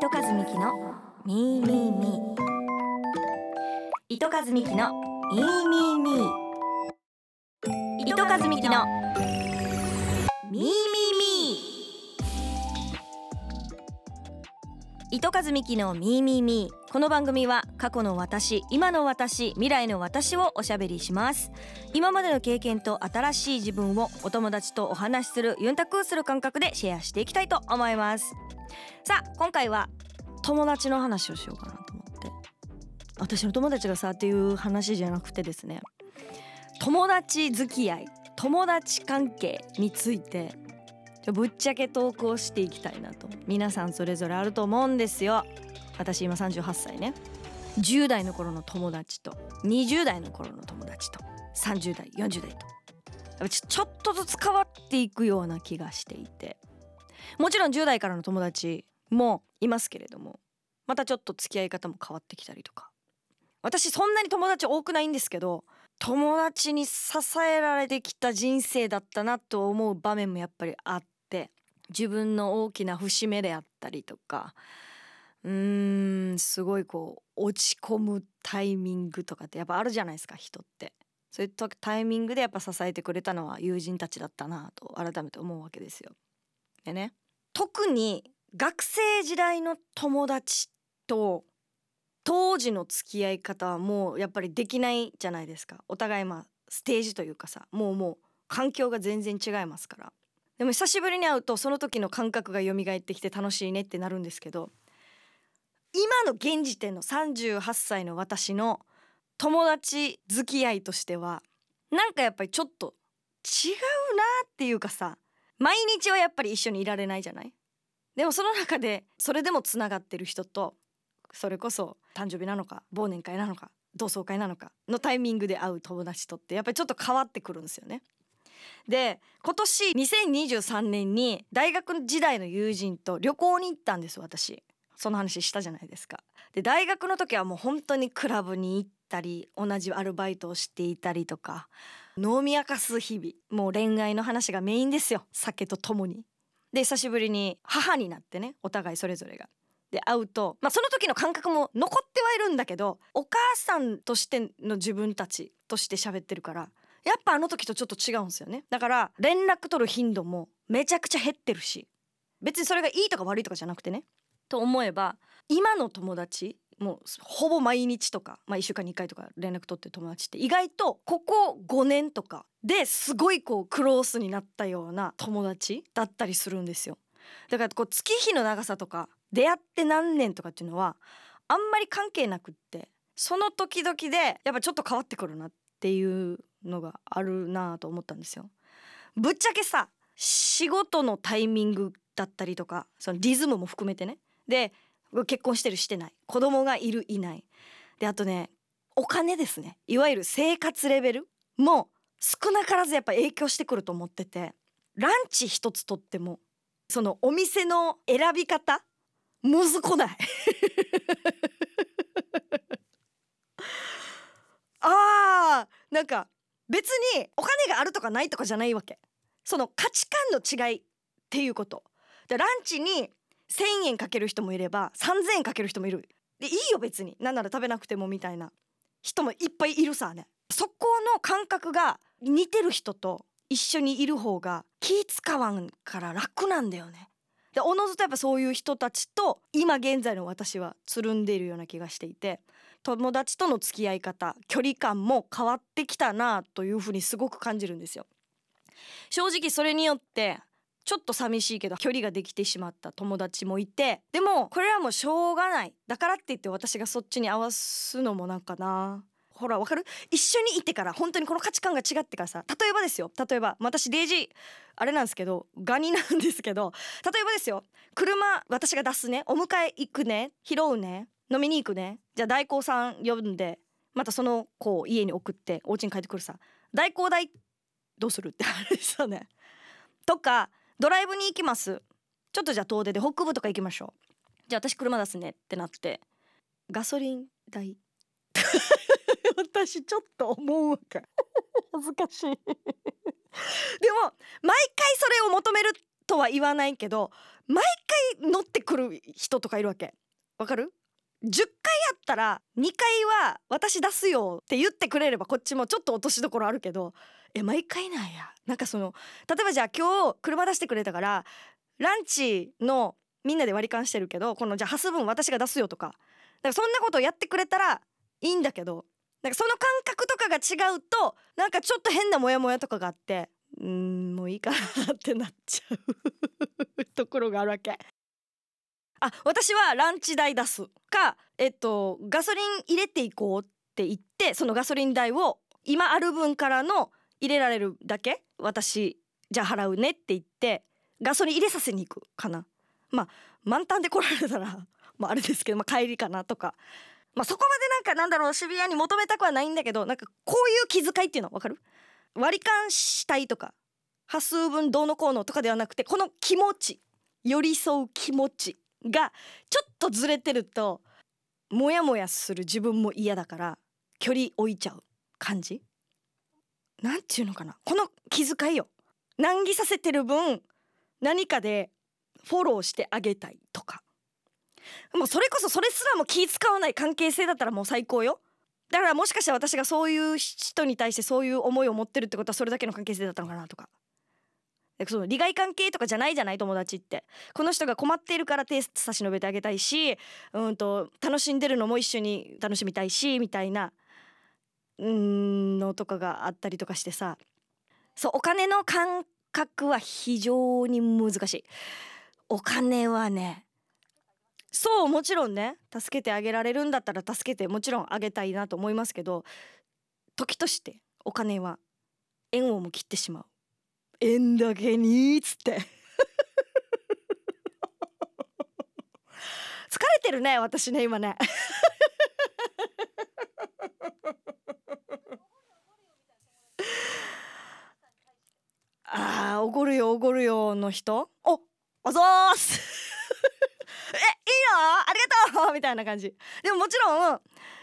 糸数美希のミーミーミー。糸数美希のミーミーミー。糸数美希のミーミーミー。糸数美希のミーミーミー。この番組は過去の私、今の私、未来の私をおしゃべりします。今までの経験と新しい自分をお友達とお話しするユンタクする感覚でシェアしていきたいと思います。さあ今回は友達の話をしようかなと思って、私の友達がさっていう話じゃなくてですね、友達付き合い、友達関係についてぶっちゃけトークをしていきたいなと。皆さんそれぞれあると思うんですよ。私今38歳ね。10代の頃の友達と20代の頃の友達と30代40代とちょっとずつ変わっていくような気がしていて、もちろん10代からの友達もいますけれども、またちょっと付き合い方も変わってきたりとか。私そんなに友達多くないんですけど、友達に支えられてきた人生だったなと思う場面もやっぱりあって、自分の大きな節目であったりとか、すごいこう落ち込むタイミングとかってやっぱあるじゃないですか、人って。そういったタイミングでやっぱ支えてくれたのは友人たちだったなと改めて思うわけですよ。でね、特に学生時代の友達と当時の付き合い方はもうやっぱりできないじゃないですか。お互いステージというかさ、もう環境が全然違いますから。でも久しぶりに会うとその時の感覚が蘇ってきて楽しいねってなるんですけど、今の現時点の38歳の私の友達付き合いとしてはなんかやっぱりちょっと違うなっていうかさ、毎日はやっぱり一緒にいられないじゃない。でもその中でそれでもつながってる人と、それこそ誕生日なのか忘年会なのか同窓会なのかのタイミングで会う友達とってやっぱりちょっと変わってくるんですよね。で今年2023年に大学時代の友人と旅行に行ったんです。私その話したじゃないですか。で大学の時はもう本当にクラブに行ったり同じアルバイトをしていたりとか、飲み明かす日々、もう恋愛の話がメインですよ、酒とともに。で久しぶりに母になってね、お互いそれぞれがで会うと、その時の感覚も残ってはいるんだけど、お母さんとしての自分たちとして喋ってるから、やっぱあの時とちょっと違うんですよね。だから連絡取る頻度もめちゃくちゃ減ってるし、別にそれがいいとか悪いとかじゃなくてね、と思えば今の友達もうほぼ毎日とか、1週間に1回とか連絡取ってる友達って意外とここ5年とかですごいこうクロースになったような友達だったりするんですよ。だからこう月日の長さとか出会って何年とかっていうのはあんまり関係なくって、その時々でやっぱちょっと変わってくるなっていうのがあるなと思ったんですよ。ぶっちゃけさ、仕事のタイミングだったりとか、そのリズムも含めてね、で結婚してるしてない、子供がいるいないで、あとねお金ですね、いわゆる生活レベルも少なからずやっぱ影響してくると思ってて、ランチ一つとってもそのお店の選び方むずこないなんか別にお金があるとかないとかじゃないわけ。その価値観の違いっていうことで、ランチに1000円かける人もいれば3000円かける人もいる。でいいよ別に、なんなら食べなくてもみたいな人もいっぱいいるさね。そこの感覚が似てる人と一緒にいる方が気使わんから楽なんだよね。でおのずとやっぱそういう人たちと今現在の私はつるんでいるような気がしていて、友達との付き合い方、距離感も変わってきたなというふうにすごく感じるんですよ。正直それによってちょっと寂しいけど距離ができてしまった友達もいて、でもこれはもうしょうがない、だからって言って私がそっちに合わすのもなんかな。ほらわかる？一緒にいてから本当にこの価値観が違ってからさ、例えばですよ、例えば私デイジーあれなんですけどガニなんですけど、例えばですよ、車私が出すね、お迎え行くね、拾うね、飲みに行くね、じゃあ代行さん呼んでまたその子を家に送ってお家に帰ってくるさ、代行代どうするってあれですよね。とかドライブに行きます、ちょっとじゃあ遠出で北部とか行きましょう、じゃあ私車出すねってなってガソリン代私ちょっと思うわけ恥ずかしいでも毎回それを求めるとは言わないけど、毎回乗ってくる人とかいるわけ。わかる？10回やったら2回は私出すよって言ってくれればこっちもちょっと落としどころあるけど、毎回なんや。なんかその例えばじゃあ今日車出してくれたからランチのみんなで割り勘してるけど、このじゃあ端数分私が出すよとか、だからそんなことをやってくれたらいいんだけど、なんかその感覚とかが違うとなんかちょっと変なモヤモヤとかがあって、もういいかなってなっちゃうところがあるわけ。私はランチ代出すか、ガソリン入れていこうって言って、そのガソリン代を今ある分からの入れられるだけ私じゃあ払うねって言ってガソリン入れさせに行くかな。満タンで来られたらあれですけど、帰りかなとか、そこまでなんだろう、シビアに求めたくはないんだけど、なんかこういう気遣いっていうの分かる？割り勘したいとか端数分どうのこうのとかではなくて、この気持ち、寄り添う気持ちがちょっとずれてるとモヤモヤする自分も嫌だから距離置いちゃう感じ。なんていうのかな、この気遣いよ。難儀させてる分何かでフォローしてあげたいとか、もうそれこそそれすらも気使わない関係性だったらもう最高よ。だからもしかしたら私がそういう人に対してそういう思いを持ってるってことはそれだけの関係性だったのかなとか。その利害関係とかじゃないじゃない、友達って。この人が困っているから手差し伸べてあげたいし、楽しんでるのも一緒に楽しみたいしみたいなのとかがあったりとかしてさ、そうお金の感覚は非常に難しい。お金はね、そうもちろんね、助けてあげられるんだったら助けてもちろんあげたいなと思いますけど、時としてお金は縁をも切ってしまう。縁だけにっつって疲れてるね私ね今ねおごるよおごるよの人、あざーすいいよありがとうみたいな感じでももちろん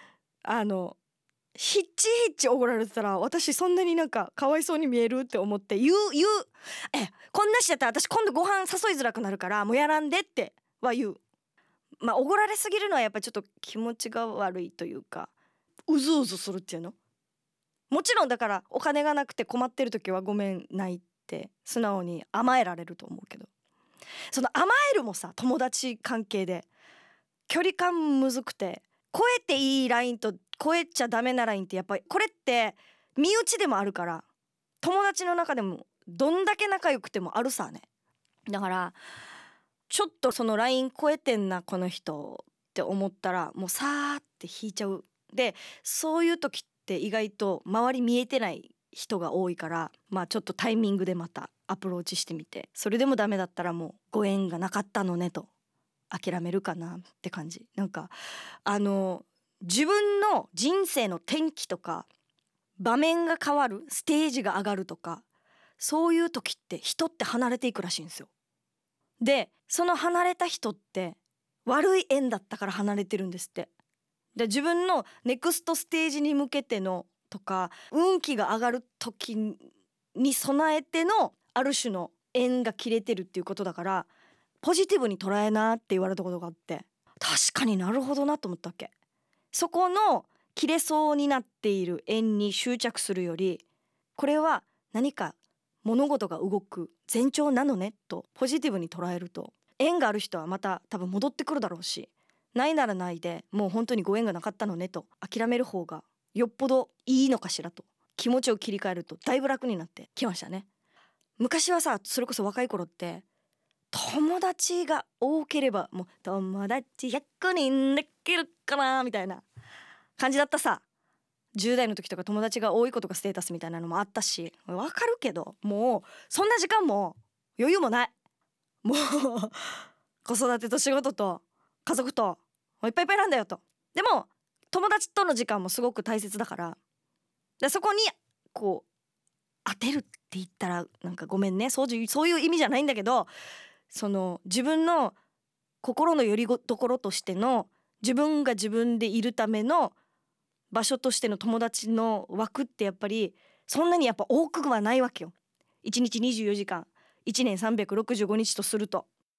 ヒッチヒッチおごられてたら私そんなになんかかわいそうに見えるって思って言うこんなしだったら私今度ご飯誘いづらくなるからもうやらんでっては言う。おごられすぎるのはやっぱりちょっと気持ちが悪いというか、うずうずするっていうの。もちろんだからお金がなくて困ってる時はごめんないって素直に甘えられると思うけど、その甘えるもさ友達関係で距離感むずくて、超えていいラインと超えちゃダメなラインってやっぱりこれって身内でもあるから、友達の中でもどんだけ仲良くてもあるさね。だからちょっとそのライン超えてんなこの人って思ったらもうさーって引いちゃう。でそういう時って意外と周り見えてない人が多いから、ちょっとタイミングでまたアプローチしてみて、それでもダメだったらもうご縁がなかったのねと諦めるかなって感じ。なんか自分の人生の転機とか場面が変わる、ステージが上がるとか、そういう時って人って離れていくらしいんですよ。でその離れた人って悪い縁だったから離れてるんですって。で自分のネクストステージに向けてのとか運気が上がる時に備えてのある種の縁が切れてるっていうことだから、ポジティブに捉えなって言われたことがあって、確かになるほどなと思ったわけ。そこの切れそうになっている縁に執着するより、これは何か物事が動く前兆なのねとポジティブに捉えると、縁がある人はまた多分戻ってくるだろうし、ないならないでもう本当にご縁がなかったのねと諦める方がよっぽどいいのかしらと気持ちを切り替えるとだいぶ楽になってきましたね。昔はさ、それこそ若い頃って友達が多ければもう友達100人できるかなみたいな感じだったさ。10代の時とか友達が多いことがステータスみたいなのもあったし、わかるけどもうそんな時間も余裕もない。もう子育てと仕事と家族といっぱいいっぱいなんだよと。でも友達との時間もすごく大切だから、そこにこう当てるって言ったらなんかごめんね、そういう意味じゃないんだけど、その自分の心の拠り所としての自分が自分でいるための場所としての友達の枠ってやっぱりそんなにやっぱ多くはないわけよ。1日24時間1年365日とすると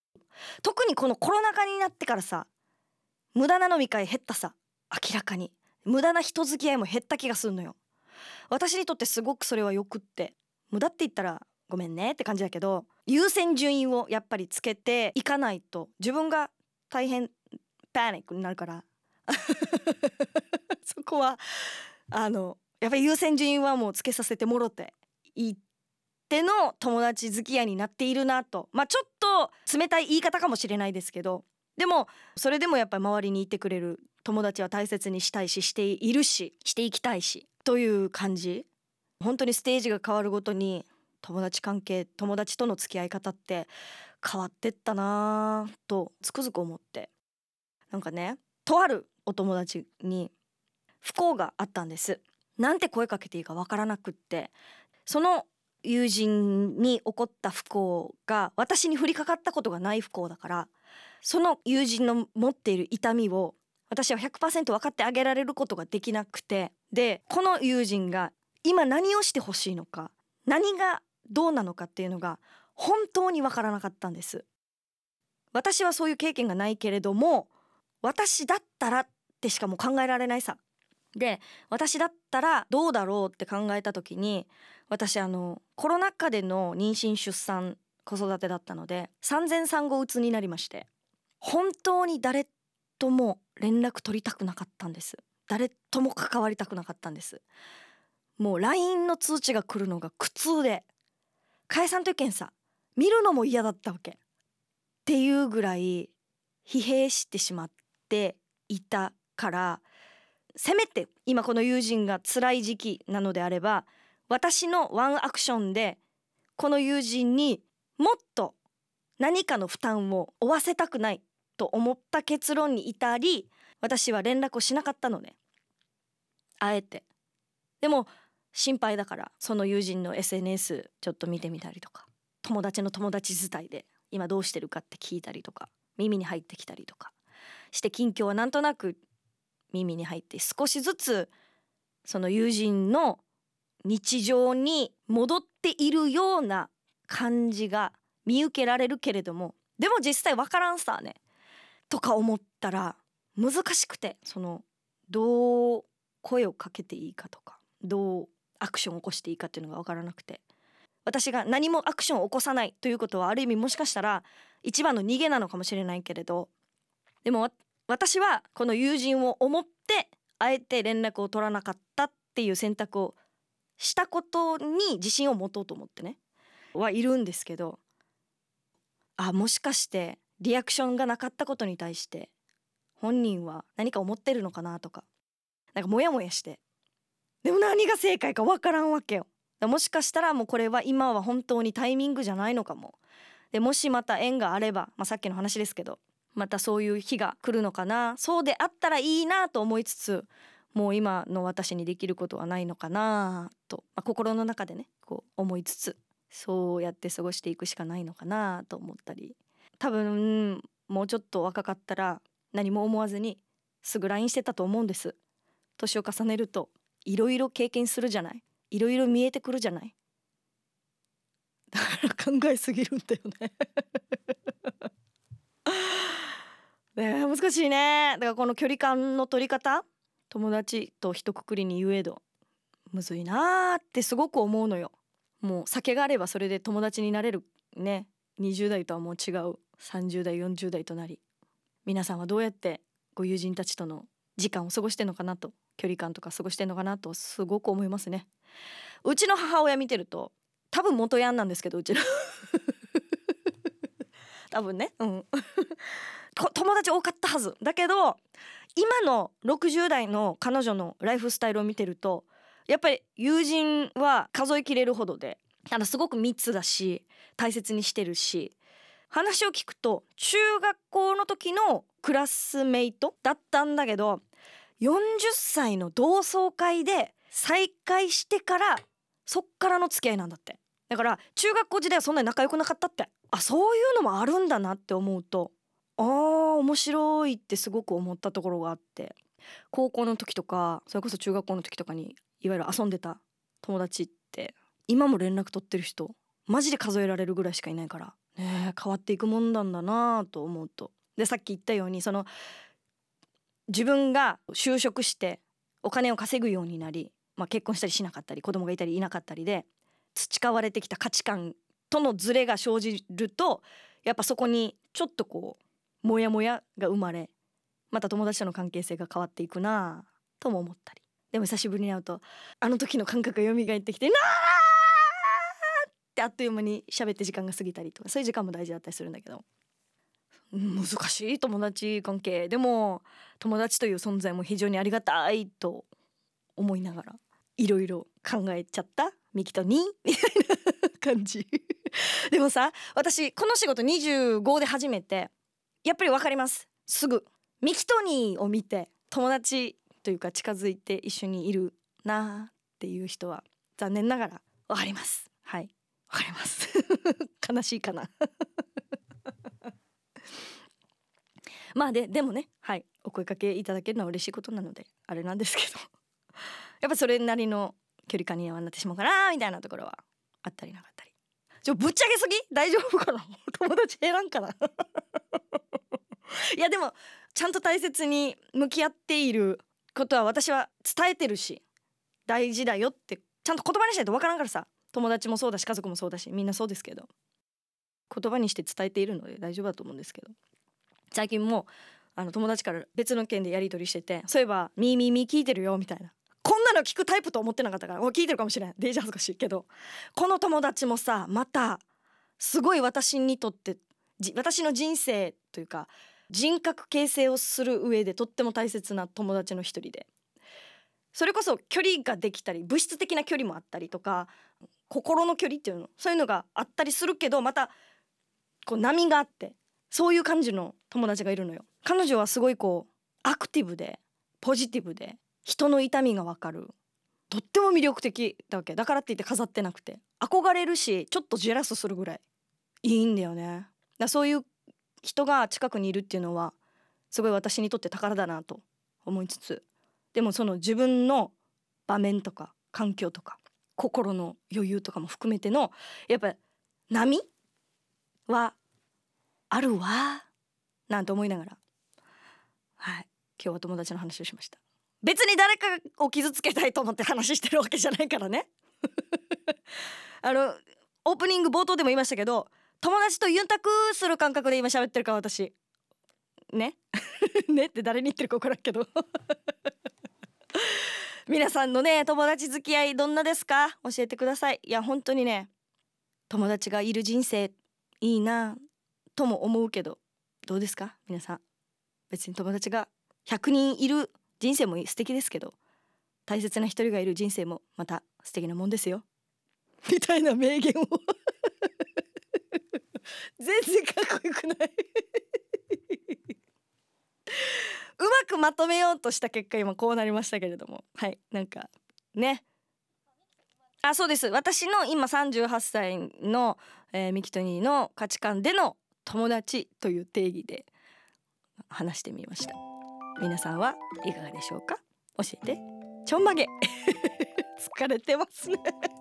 特にこのコロナ禍になってからさ、無駄な飲み会減ったさ。明らかに無駄な人付き合いも減った気がするのよ。私にとってすごくそれはよくって、無駄って言ったらごめんねって感じだけど、優先順位をやっぱりつけていかないと自分が大変パニックになるからそこはやっぱり優先順位はもうつけさせてもろていっての友達付き合いになっているなと。ちょっと冷たい言い方かもしれないですけど、でもそれでもやっぱり周りにいてくれる友達は大切にしたいし、しているし、していきたいしという感じ。本当にステージが変わるごとに友達関係、友達との付き合い方って変わってったなとつくづく思って、なんかね、とあるお友達に不幸があったんです。なんて声かけていいかわからなくって、その友人に起こった不幸が私に降りかかったことがない不幸だから、その友人の持っている痛みを私は 100% 分かってあげられることができなくて、でこの友人が今何をしてほしいのか、何がどうなのかっていうのが本当に分からなかったんです。私はそういう経験がないけれども、私だったらってしかもう考えられないさ。で私だったらどうだろうって考えた時に、私コロナ禍での妊娠出産子育てだったので産前産後うつになりまして、本当に誰とも連絡取りたくなかったんです。誰とも関わりたくなかったんです。もう LINE の通知が来るのが苦痛で、解散というけんさ、見るのも嫌だったわけっていうぐらい疲弊してしまっていたから、せめて今この友人が辛い時期なのであれば、私のワンアクションでこの友人にもっと何かの負担を負わせたくないと思った結論に至り、私は連絡をしなかったのね、あえて。でも心配だからその友人の SNS ちょっと見てみたりとか、友達の友達伝いで今どうしてるかって聞いたりとか、耳に入ってきたりとかして近況はなんとなく耳に入って、少しずつその友人の日常に戻っているような感じが見受けられるけれども、でも実際わからんさねとか思ったら難しくて、どう声をかけていいかとか、どうアクションを起こしていいかっていうのがわからなくて、私が何もアクションを起こさないということはある意味もしかしたら一番の逃げなのかもしれないけれど、でも私はこの友人を思ってあえて連絡を取らなかったっていう選択をしたことに自信を持とうと思ってねはいるんですけど、もしかしてリアクションがなかったことに対して本人は何か思ってるのかなとか、なんかモヤモヤして、でも何が正解か分からんわけよ。もしかしたらもうこれは今は本当にタイミングじゃないのかも。でもしまた縁があれば、さっきの話ですけど、またそういう日が来るのかな、そうであったらいいなと思いつつ、もう今の私にできることはないのかなと、心の中でねこう思いつつ、そうやって過ごしていくしかないのかなと思ったり、多分もうちょっと若かったら何も思わずにすぐ LINE してたと思うんです。年を重ねるといろいろ経験するじゃない、いろいろ見えてくるじゃない。だから考えすぎるんだよねね、難しいね。だからこの距離感の取り方、友達と一括りに言えどむずいなーってすごく思うのよ。もう酒があればそれで友達になれるね。20代とはもう違う30代40代となり、皆さんはどうやってご友人たちとの時間を過ごしてんのかなと、距離感とか過ごしてんのかなとすごく思いますね。うちの母親見てると多分元ヤンなんですけど、うちの多分ね、友達多かったはずだけど、今の60代の彼女のライフスタイルを見てるとやっぱり友人は数えきれるほどで、すごく密だし大切にしてるし、話を聞くと中学校の時のクラスメイトだったんだけど、40歳の同窓会で再会してからそっからの付き合いなんだって。だから中学校時代はそんなに仲良くなかったって、そういうのもあるんだなって思うと、面白いってすごく思ったところがあって、高校の時とかそれこそ中学校の時とかにいわゆる遊んでた友達って今も連絡取ってる人マジで数えられるぐらいしかいないからね、変わっていくもんなんだなと思うと、でさっき言ったようにその自分が就職してお金を稼ぐようになり、結婚したりしなかったり子供がいたりいなかったりで培われてきた価値観とのズレが生じると、やっぱそこにちょっとこうモヤモヤが生まれ、また友達との関係性が変わっていくなとも思ったり、でも久しぶりに会うとあの時の感覚が蘇ってきてなーってあっという間に喋って時間が過ぎたりとか、そういう時間も大事だったりするんだけど、難しい友達関係でも友達という存在も非常にありがたいと思いながらいろいろ考えちゃったミキトニーみたいな感じでもさ、私この仕事25で始めてやっぱり分かります。すぐミキトニーを見て友達というか近づいて一緒にいるなっていう人は残念ながら分かります。はい、分かります悲しいかなでもね、はい、お声かけいただけるのは嬉しいことなのであれなんですけどやっぱそれなりの距離感にはなってしまうかなみたいなところはあったりなかったり。ぶっちゃけすぎ大丈夫かな友達減らんかないやでもちゃんと大切に向き合っていることは私は伝えてるし大事だよってちゃんと言葉にしないと分からんからさ、友達もそうだし家族もそうだしみんなそうですけど、言葉にして伝えているので大丈夫だと思うんですけど、最近も友達から別の件でやり取りしてて、そういえばミー聞いてるよみたいな、こんなの聞くタイプと思ってなかったから、聞いてるかもしれない、デージ恥ずかしいけど、この友達もさまたすごい私にとって私の人生というか人格形成をする上でとっても大切な友達の一人で、それこそ距離ができたり物質的な距離もあったりとか心の距離っていうの、そういうのがあったりするけど、またこう波があって、そういう感じの友達がいるのよ。彼女はすごいこうアクティブでポジティブで人の痛みがわかる、とっても魅力的だわけだからって言って飾ってなくて憧れるし、ちょっとジェラスするぐらいいいんだよね。そういう人が近くにいるっていうのはすごい私にとって宝だなと思いつつ、でもその自分の場面とか環境とか心の余裕とかも含めてのやっぱ波はあるわなんて思いながら、はい、今日は友達の話をしました。別に誰かを傷つけたいと思って話してるわけじゃないからねオープニング冒頭でも言いましたけど、友達とユンタクする感覚で今喋ってるから私ねねって誰に言ってるか分からんけど皆さんのね友達付き合いどんなですか、教えてください。いや本当にね友達がいる人生いいなとも思うけど、どうですか皆さん。別に友達が100人いる人生も素敵ですけど、大切な一人がいる人生もまた素敵なもんですよみたいな名言を全然かっこよくないうまくまとめようとした結果今こうなりましたけれども、はい、なんかね、そうです。私の今38歳の、ミキトニーの価値観での友達という定義で話してみました。皆さんはいかがでしょうか。教えてちょんまげ疲れてますね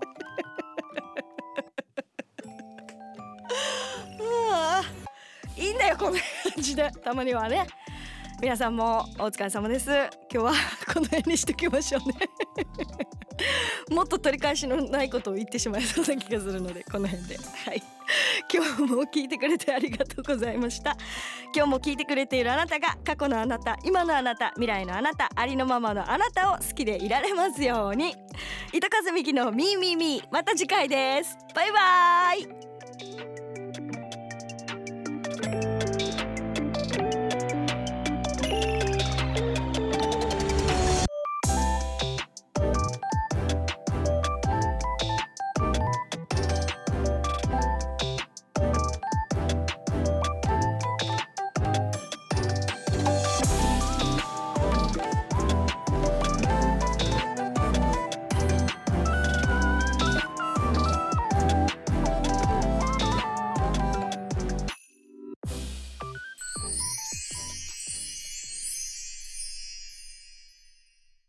いいんだよこんな感じでたまにはね。皆さんもお疲れ様です。今日はこの辺にしておきましょうねもっと取り返しのないことを言ってしまいそうな気がするのでこの辺で、はい、今日も聞いてくれてありがとうございました。今日も聞いてくれているあなたが過去のあなた、今のあなた、未来のあなた、ありのままのあなたを好きでいられますように。糸数美希のミーまた次回です。バイバイ。